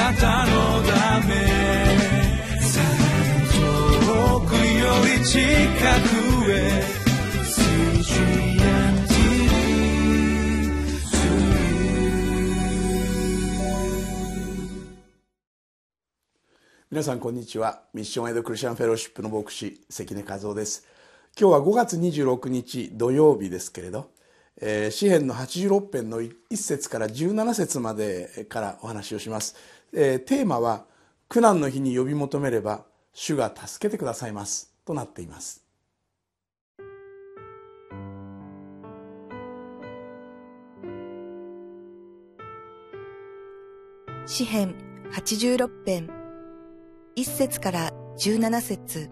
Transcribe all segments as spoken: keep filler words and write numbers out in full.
なたのため遠くより近くへ皆さんこんにちは。ミッションエイドクリスチャンフェローシップの牧師関根和夫です。今日はごがつにじゅうろくにち土曜日ですけれど、えー、詩編のはちじゅうろく編のいっ節からじゅうなな節までからお話をします。えー、テーマは苦難の日に呼び求めれば主が助けてくださいますとなっています。 詩編はちじゅうろく編いっ節からじゅうなな節。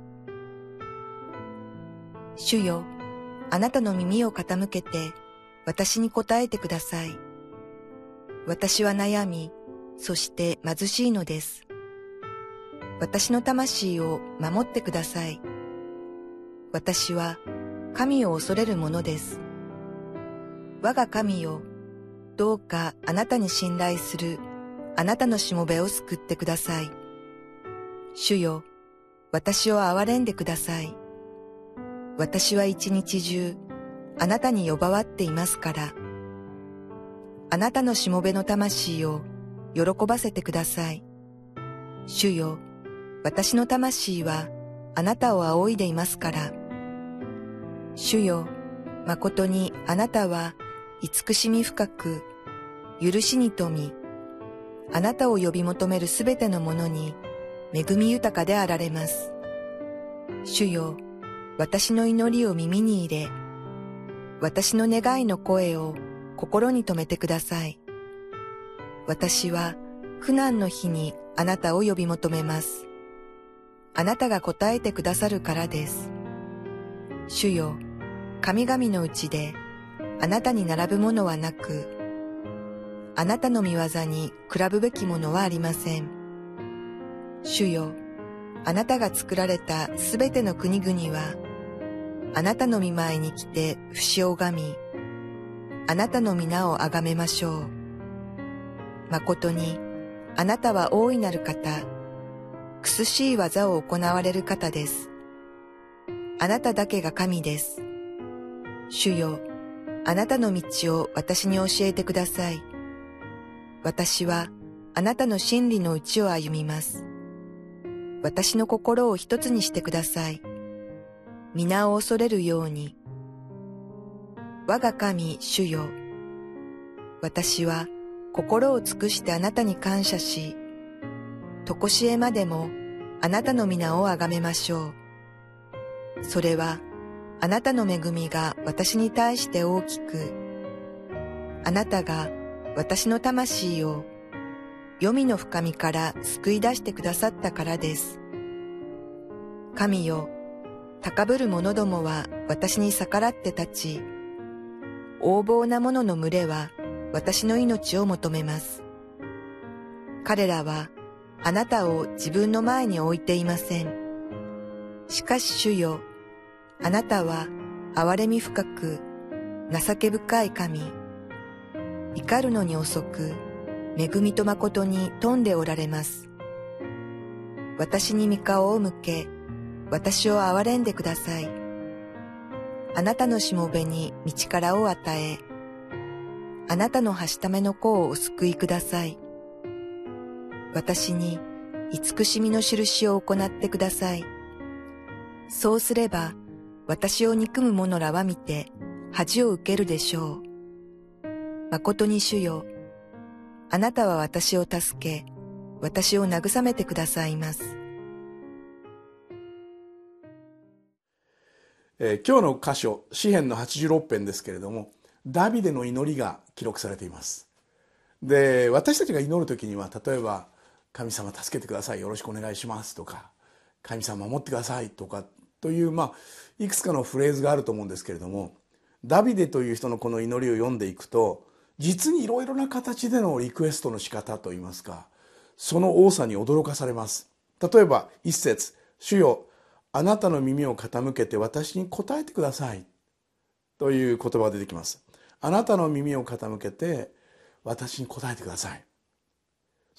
主よ、あなたの耳を傾けて私に答えてください。私は悩み、そして貧しいのです。私の魂を守ってください。私は神を恐れるものです。我が神よ、どうかあなたに信頼するあなたのしもべを救ってください。主よ、私を憐れんでください。私は一日中、あなたに呼ばわっていますから。あなたのしもべの魂を喜ばせてください。主よ、私の魂はあなたを仰いでいますから。主よ、誠にあなたは慈しみ深く、許しに富み、あなたを呼び求めるすべてのものに、恵み豊かであられます。主よ、私の祈りを耳に入れ、私の願いの声を心に留めてください。私は苦難の日にあなたを呼び求めます。あなたが答えてくださるからです。主よ、神々のうちであなたに並ぶものはなく、あなたの御業に比べべきものはありません。主よ、あなたが作られたすべての国々は、あなたの御前に来て節を拝み、あなたの皆をあがめましょう。誠に、あなたは大いなる方、くすしい技を行われる方です。あなただけが神です。主よ、あなたの道を私に教えてください。私はあなたの真理のうちを歩みます。私の心を一つにしてください。皆を恐れるように。我が神、主よ。私は心を尽くしてあなたに感謝し、とこしえまでもあなたの皆をあがめましょう。それはあなたの恵みが私に対して大きく、あなたが私の魂を黄泉の深みから救い出してくださったからです。神よ、高ぶる者どもは私に逆らって立ち、横暴な者の群れは私の命を求めます。彼らはあなたを自分の前に置いていません。しかし主よ、あなたは憐れみ深く、情け深い神、怒るのに遅く、恵みと誠に富んでおられます。私に御顔を向け、私を憐れんでください。あなたのしもべに道からを与え、あなたのはしための子をお救いください。私に慈しみの印を行ってください。そうすれば、私を憎む者らは見て、恥を受けるでしょう。誠に主よ、あなたは私を助け、私を慰めてくださいます。 えー、今日の箇所、詩編のはちじゅうろく編ですけれども、ダビデの祈りが記録されています。で、私たちが祈るときには、例えば、神様助けてください、よろしくお願いしますとか、神様守ってくださいとか、という、まあ、いくつかのフレーズがあると思うんですけれども、ダビデという人のこの祈りを読んでいくと、実にいろいろな形でのリクエストの仕方といいますか、その多さに驚かされます。例えば一節、主よ、あなたの耳を傾けて私に答えてくださいという言葉が出てきます。あなたの耳を傾けて私に答えてください。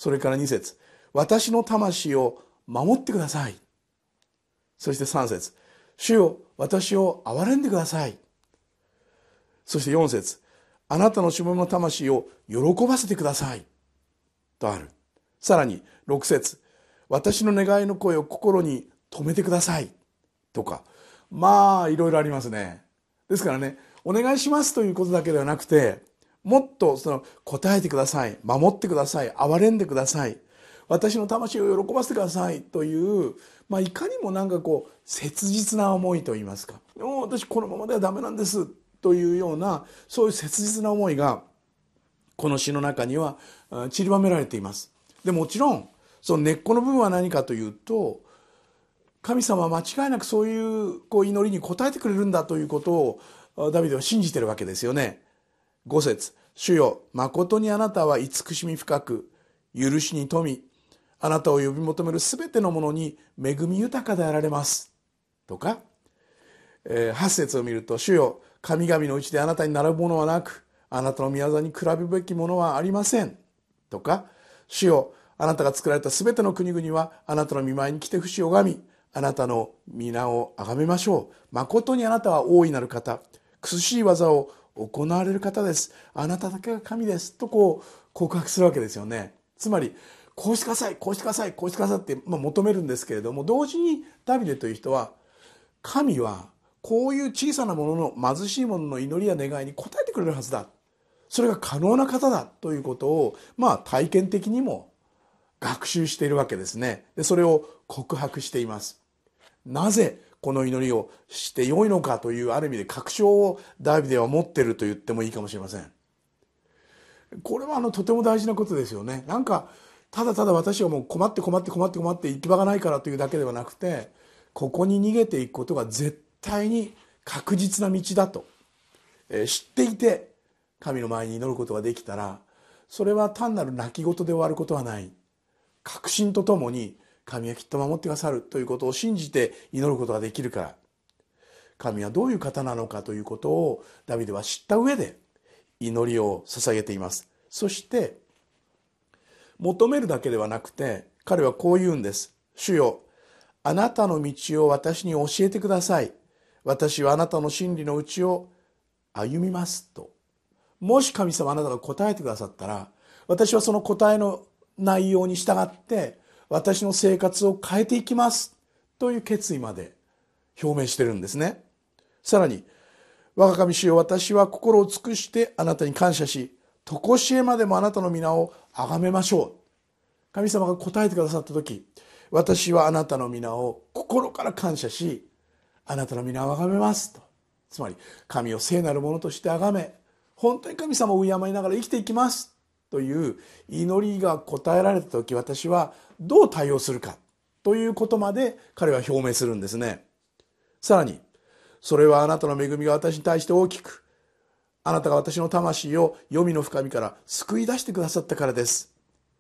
それからに節、私の魂を守ってください。そしてさん節、主よ、私を憐れんでください。そしてよん節、あなたのしもべの魂を喜ばせてください。とある。さらにろく節、私の願いの声を心に留めてください。とか、まあ、いろいろありますね。ですからね、お願いしますということだけではなくて、もっとその答えてください、守ってください、憐れんでください、私の魂を喜ばせてくださいという、まあ、いかにもなんかこう切実な思いといいますか、もう私このままではダメなんですというような、そういう切実な思いがこの詩の中には散りばめられています。でもちろんその根っこの部分は何かというと、神様は間違いなくそういうこう祈りに応えてくれるんだということをダビデは信じているわけですよね。ご節、主よ、誠にあなたは慈しみ深く、許しに富み、あなたを呼び求めるすべてのものに恵み豊かであられます。とか、えー、はち節を見ると、主よ、神々のうちであなたに並ぶものはなく、あなたの御業に比べるべきものはありません。とか、主よ、あなたが作られたすべての国々はあなたの御前に来て伏し拝み、あなたの皆をあがめましょう。誠にあなたは大いなる方、苦しい技を行われる方です。あなただけが神です。とこう告白するわけですよね。つまり、こうしてください、こうしてください、こうしてくださいって、まあ、求めるんですけれども、同時にダビデという人は、神はこういう小さなものの貧しいものの祈りや願いに応えてくれるはずだ。それが可能な方だということを、まあ体験的にも学習しているわけですね。で、それを告白しています。なぜこの祈りをしてよいのかという、ある意味で確証をダビデは持っていると言ってもいいかもしれません。これはあのとても大事なことですよね。なんかただただ私はもう困って困って困って困って行き場がないからというだけではなくて、ここに逃げていくことが絶対に確実な道だと、えー、知っていて神の前に祈ることができたら、それは単なる泣き言で終わることはない。確信とともに神はきっと守ってくださるということを信じて祈ることができるから、神はどういう方なのかということをダビデは知った上で祈りを捧げています。そして求めるだけではなくて、彼はこう言うんです。主よ、あなたの道を私に教えてください。私はあなたの真理のうちを歩みますと。もし神様あなたが答えてくださったら、私はその答えの内容に従って私の生活を変えていきますという決意まで表明してるんですね。さらに、我が神主よ、私は心を尽くしてあなたに感謝し、とこしえまでもあなたの皆を崇めましょう。神様が答えてくださった時、私はあなたの皆を心から感謝し、あなたの皆を崇めますと。つまり神を聖なるものとして崇め、本当に神様を敬いながら生きていきますという祈りが答えられた時、私はどう対応するかということまで彼は表明するんですね。さらに、それはあなたの恵みが私に対して大きく、あなたが私の魂を黄泉の深みから救い出してくださったからです。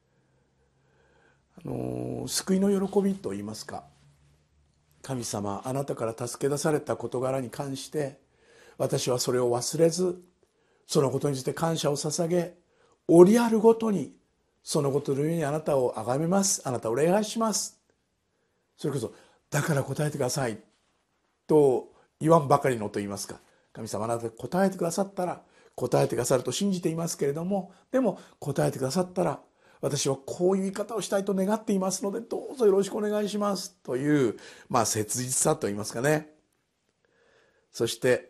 あの救いの喜びといいますか、神様あなたから助け出された事柄に関して私はそれを忘れず、そのことについて感謝を捧げ、折あるごとにそのことのようにあなたを崇めます、あなたを礼拝します。それこそだから答えてくださいと言わんばかりのと言いますか、神様あなたが答えてくださったら答えてくださると信じていますけれども、でも答えてくださったら私はこういう言い方をしたいと願っていますのでどうぞよろしくお願いしますという、まあ切実さと言いますかね。そして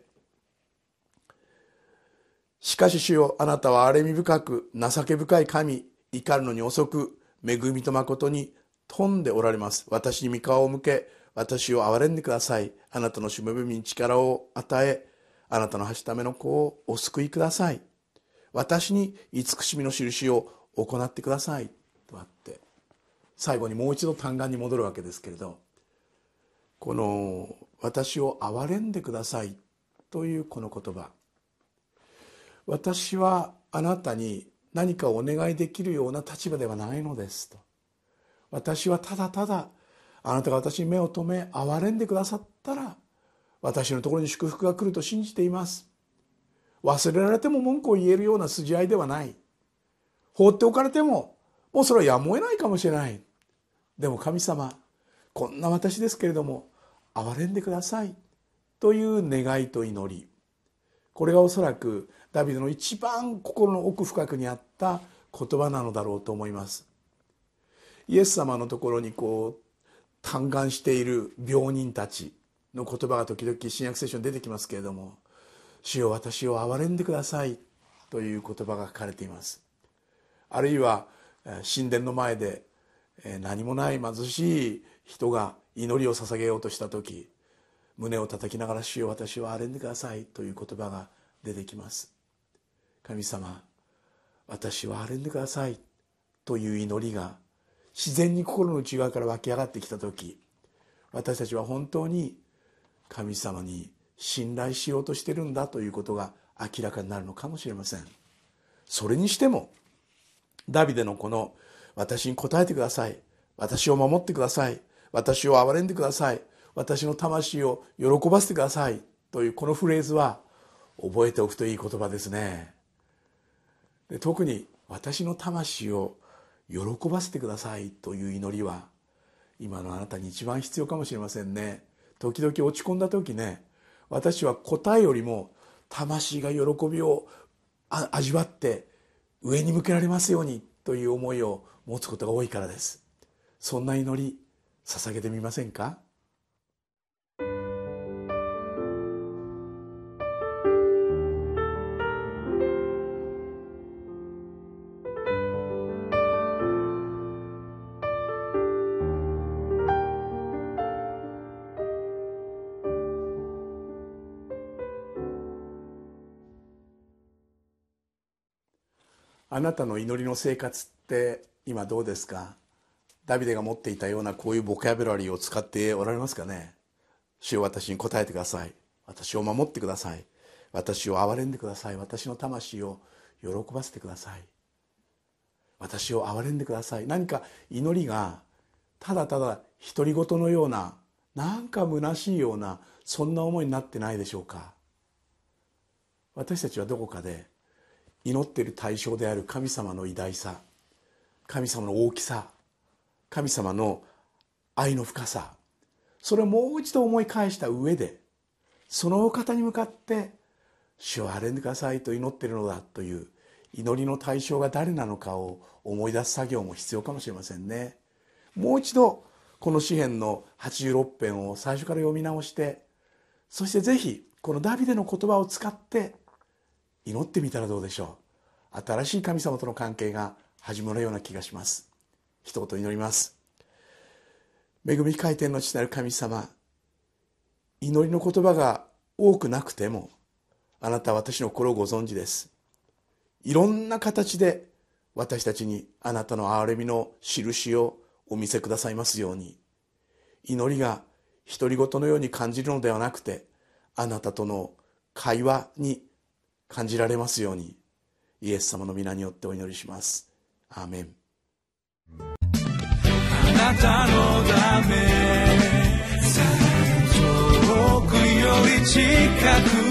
しかし主よ、あなたは憐れみ深く情け深い神、怒るのに遅く恵みと誠に富んでおられます。私に御顔を向け私を憐れんでください。あなたのしもべに力を与え、あなたのはしための子をお救いください。私に慈しみの印を行ってくださいとあって、最後にもう一度単眼に戻るわけですけれど、この私を憐れんでくださいというこの言葉、私はあなたに何かをお願いできるような立場ではないのですと。私はただただあなたが私に目を留め憐れんでくださったら私のところに祝福が来ると信じています。忘れられても文句を言えるような筋合いではない。放っておかれてももうそれはやむを得ないかもしれない。でも神様、こんな私ですけれども憐れんでくださいという願いと祈り、これがおそらくダビデの一番心の奥深くにあった言葉なのだろうと思います。イエス様のところにこう嘆願している病人たちの言葉が時々新約聖書に出てきますけれども、主よ私を憐れんでくださいという言葉が書かれています。あるいは神殿の前で何もない貧しい人が祈りを捧げようとした時、胸を叩きながら主よ私を憐れんでくださいという言葉が出てきます。神様、私を憐れんでくださいという祈りが自然に心の内側から湧き上がってきた時、私たちは本当に神様に信頼しようとしているんだということが明らかになるのかもしれません。それにしてもダビデのこの私に答えてください、私を守ってください、私を憐れんでください、私の魂を喜ばせてくださいというこのフレーズは覚えておくといい言葉ですね。で特に私の魂を喜ばせてくださいという祈りは今のあなたに一番必要かもしれませんね。時々落ち込んだ時ね、私は答えよりも魂が喜びを味わって上に向けられますようにという思いを持つことが多いからです。そんな祈り捧げてみませんか？あなたの祈りの生活って今どうですか？ダビデが持っていたようなこういうボキャブラリーを使っておられますかね？主よ私に答えてください、私を守ってください、私を憐れんでください、私の魂を喜ばせてください、私を憐れんでください。何か祈りがただただ独り言のような、なんか虚しいような、そんな思いになってないでしょうか？私たちはどこかで祈っている対象である神様の偉大さ、神様の大きさ、神様の愛の深さ、それをもう一度思い返した上で、そのお方に向かって主を憐れんでくださいと祈っているのだという祈りの対象が誰なのかを思い出す作業も必要かもしれませんね。もう一度この詩編のはちじゅうろく編を最初から読み直して、そしてぜひこのダビデの言葉を使って祈ってみたらどうでしょう。新しい神様との関係が始まるような気がします。一言祈ります。恵み深い天の父なる神様、祈りの言葉が多くなくてもあなたは私の心をご存知です。いろんな形で私たちにあなたの憐れみの印をお見せくださいますように、祈りが独り言のように感じるのではなくて、あなたとの会話に感じられますように、イエス様の皆によってお祈りします。アーメン。 あなたのため遠くより近く